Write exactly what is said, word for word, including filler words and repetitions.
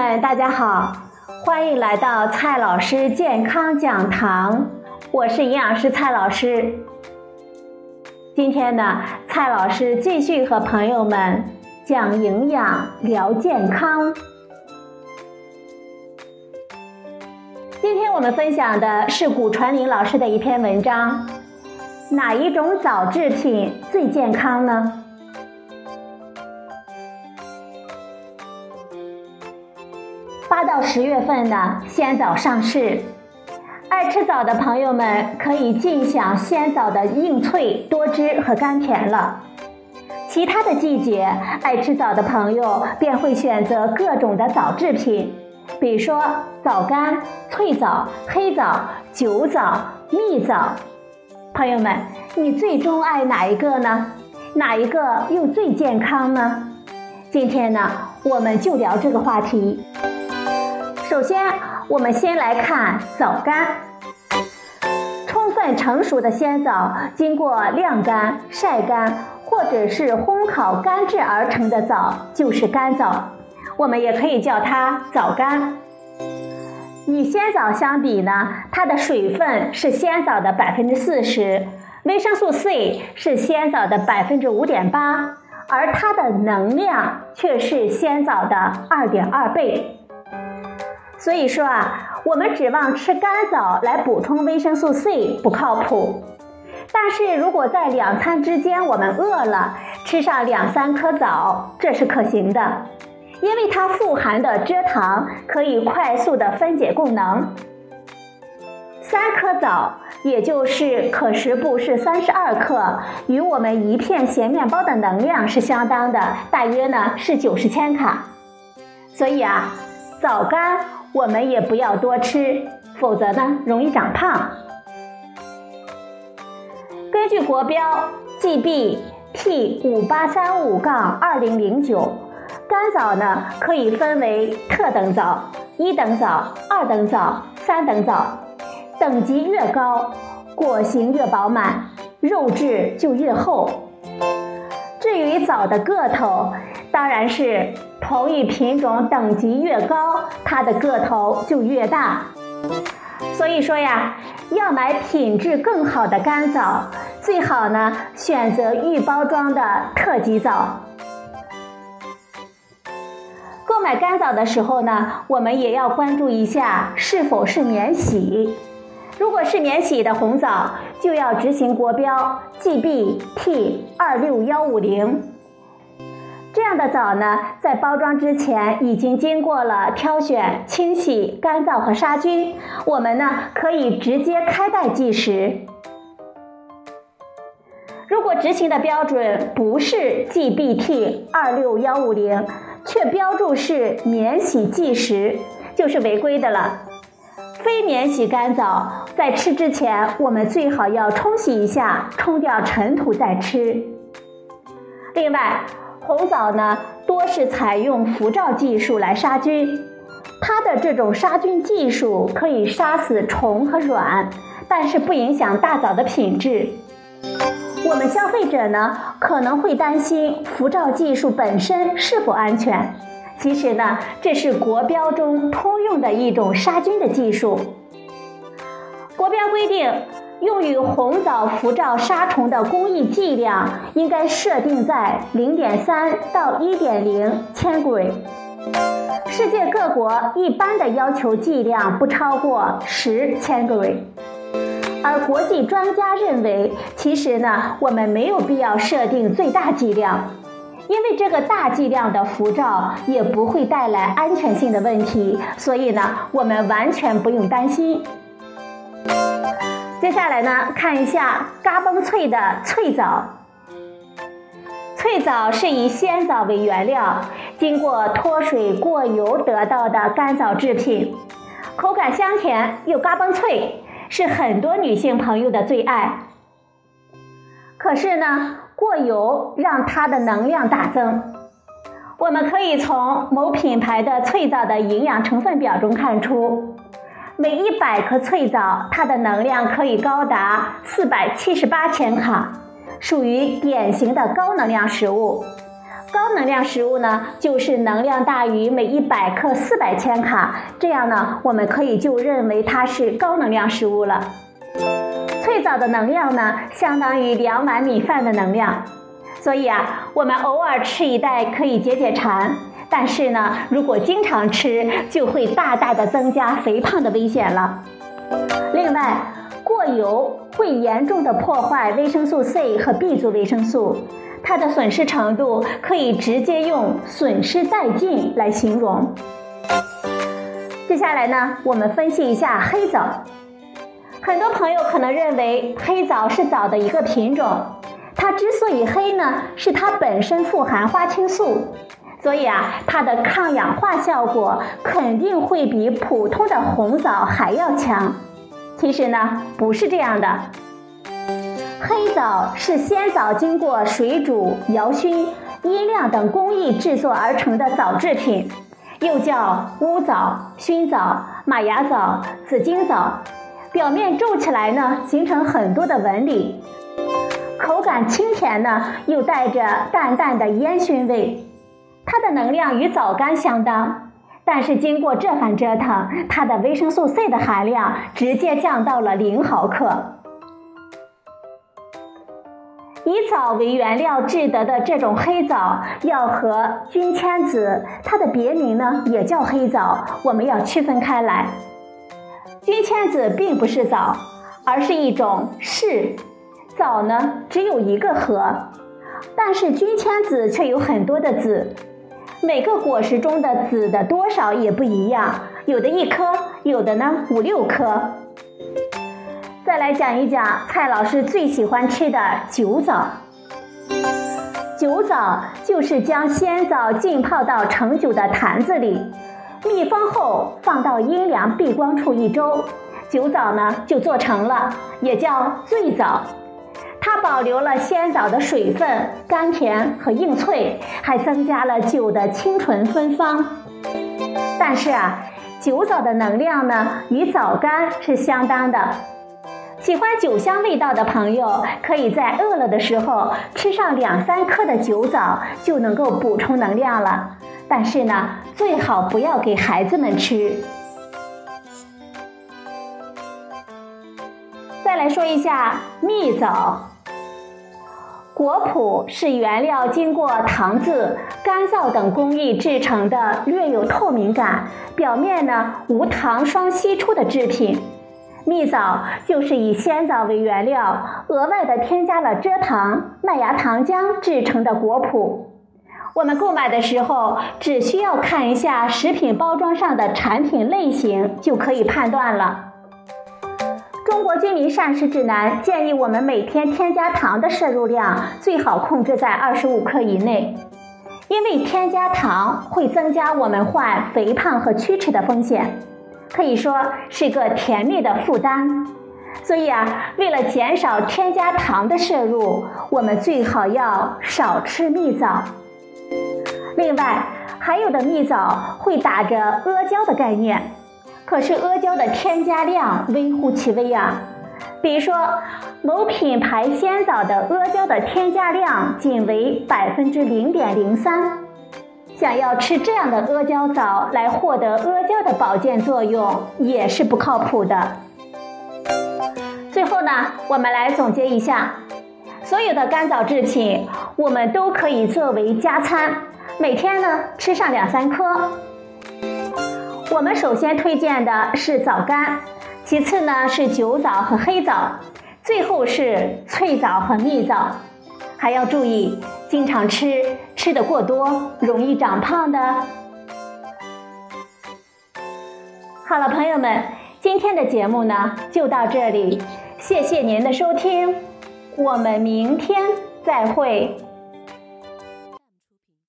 们大家好，欢迎来到蔡老师健康讲堂，我是营养师蔡老师。今天呢，蔡老师继续和朋友们讲营养聊健康。今天我们分享的是谷传林老师的一篇文章，哪一种枣制品最健康呢？八到十月份呢，鲜枣上市，爱吃枣的朋友们可以尽享鲜枣的硬脆、多汁和甘甜了。其他的季节，爱吃枣的朋友便会选择各种的枣制品，比如说枣干、脆枣、黑枣、酒枣、蜜枣。朋友们，你最钟爱哪一个呢？哪一个又最健康呢？今天呢，我们就聊这个话题。首先，我们先来看枣干。充分成熟的鲜枣，经过晾干、晒干或者是烘烤干制而成的枣就是干枣，我们也可以叫它枣干。与鲜枣相比呢，它的水分是鲜枣的 百分之四十， 维生素 C 是鲜枣的 百分之五点八， 而它的能量却是鲜枣的 二点二倍。所以说啊，我们指望吃干枣来补充维生素 C 不靠谱。但是如果在两餐之间我们饿了，吃上两三颗枣，这是可行的，因为它富含的蔗糖可以快速的分解供能。三颗枣，也就是可食部是三十二克，与我们一片咸面包的能量是相当的，大约呢是九十千卡。所以啊，枣干我们也不要多吃，否则呢容易长胖。根据国标 G B T 五八三五二零零九，干枣呢可以分为特等枣、一等枣、二等枣、三等枣，等级越高，果形越饱满，肉质就越厚。至于枣的个头，当然是同一品种等级越高，它的个头就越大。所以说呀，要买品质更好的干枣，最好呢选择预包装的特级枣。购买干枣的时候呢，我们也要关注一下是否是免洗。如果是免洗的红枣，就要执行国标 G B T 二六一五零。这样的枣呢，在包装之前已经经过了挑选、清洗、干燥和杀菌，我们呢可以直接开袋即食。如果执行的标准不是 G B T 二六一五零，却标注是免洗即食，就是违规的了。非免洗干枣，在吃之前，我们最好要冲洗一下，冲掉尘土再吃。另外，红枣呢，多是采用辐照技术来杀菌，它的这种杀菌技术可以杀死虫和卵，但是不影响大枣的品质。我们消费者呢，可能会担心辐照技术本身是否安全。其实呢，这是国标中通用的一种杀菌的技术。国标规定，用于红枣辐照杀虫的工艺剂量应该设定在 零点三到一点零 千轨。世界各国一般的要求剂量不超过十千轨。而国际专家认为，其实呢，我们没有必要设定最大剂量。因为这个大剂量的辐照也不会带来安全性的问题，所以呢，我们完全不用担心。接下来呢，看一下嘎嘣脆的脆枣。脆枣是以鲜枣为原料，经过脱水过油得到的干枣制品，口感香甜又嘎嘣脆，是很多女性朋友的最爱。可是呢，过油让它的能量大增。我们可以从某品牌的脆枣的营养成分表中看出，每一百克脆枣，它的能量可以高达四百七十八千卡，属于典型的高能量食物。 高能量食物呢，就是能量大于每一百克四百千卡，这样呢，我们可以就认为它是高能量食物了。脆枣的能量呢，相当于两碗米饭的能量，所以啊，我们偶尔吃一袋可以解解馋，但是呢，如果经常吃，就会大大的增加肥胖的危险了。另外，过油会严重的破坏维生素 C 和 B 族维生素，它的损失程度可以直接用损失殆尽来形容。接下来呢，我们分析一下黑枣。很多朋友可能认为黑枣是枣的一个品种，它之所以黑呢，是它本身富含花青素，所以啊，它的抗氧化效果肯定会比普通的红枣还要强。其实呢，不是这样的。黑枣是鲜枣经过水煮、摇熏、腌酿等工艺制作而成的枣制品，又叫乌枣、熏枣、马牙枣、紫荆枣。表面皱起来呢，形成很多的纹理，口感清甜呢，又带着淡淡的烟熏味。它的能量与枣干相当，但是经过这番折腾，它的维生素 C 的含量直接降到了零毫克。以枣为原料制得的这种黑枣，要和菌签子，它的别名呢也叫黑枣，我们要区分开来。菌签子并不是枣，而是一种柿。枣呢只有一个核，但是菌签子却有很多的籽。每个果实中的籽的多少也不一样，有的一颗，有的呢五六颗。再来讲一讲蔡老师最喜欢吃的酒枣。酒枣就是将鲜枣浸泡到盛酒的坛子里，密封后放到阴凉避光处一周，酒枣呢就做成了，也叫醉枣。它保留了鲜枣的水分、甘甜和硬脆，还增加了酒的清纯芬芳。但是啊，酒枣的能量呢与枣干是相当的。喜欢酒香味道的朋友，可以在饿了的时候吃上两三颗的酒枣，就能够补充能量了。但是呢，最好不要给孩子们吃。再来说一下蜜枣。果脯是原料经过糖渍、干燥等工艺制成的，略有透明感，表面呢无糖霜析出的制品。蜜枣就是以鲜枣为原料，额外的添加了蔗糖、麦芽糖浆制成的果脯。我们购买的时候，只需要看一下食品包装上的产品类型，就可以判断了。中国居民膳食指南建议我们每天添加糖的摄入量最好控制在二十五克以内，因为添加糖会增加我们患肥胖和龋齿的风险，可以说是个甜蜜的负担。所以啊，为了减少添加糖的摄入，我们最好要少吃蜜枣。另外，还有的蜜枣会打着阿胶的概念，可是阿胶的添加量微乎其微啊。比如说，某品牌鲜枣的阿胶的添加量仅为百分之零点零三。想要吃这样的阿胶枣来获得阿胶的保健作用，也是不靠谱的。最后呢，我们来总结一下，所有的干枣制品，我们都可以作为加餐，每天呢吃上两三颗。我们首先推荐的是枣干，其次呢是酒枣和黑枣，最后是脆枣和蜜枣。还要注意，经常吃，吃得过多容易长胖的。好了，朋友们，今天的节目呢就到这里，谢谢您的收听，我们明天再会。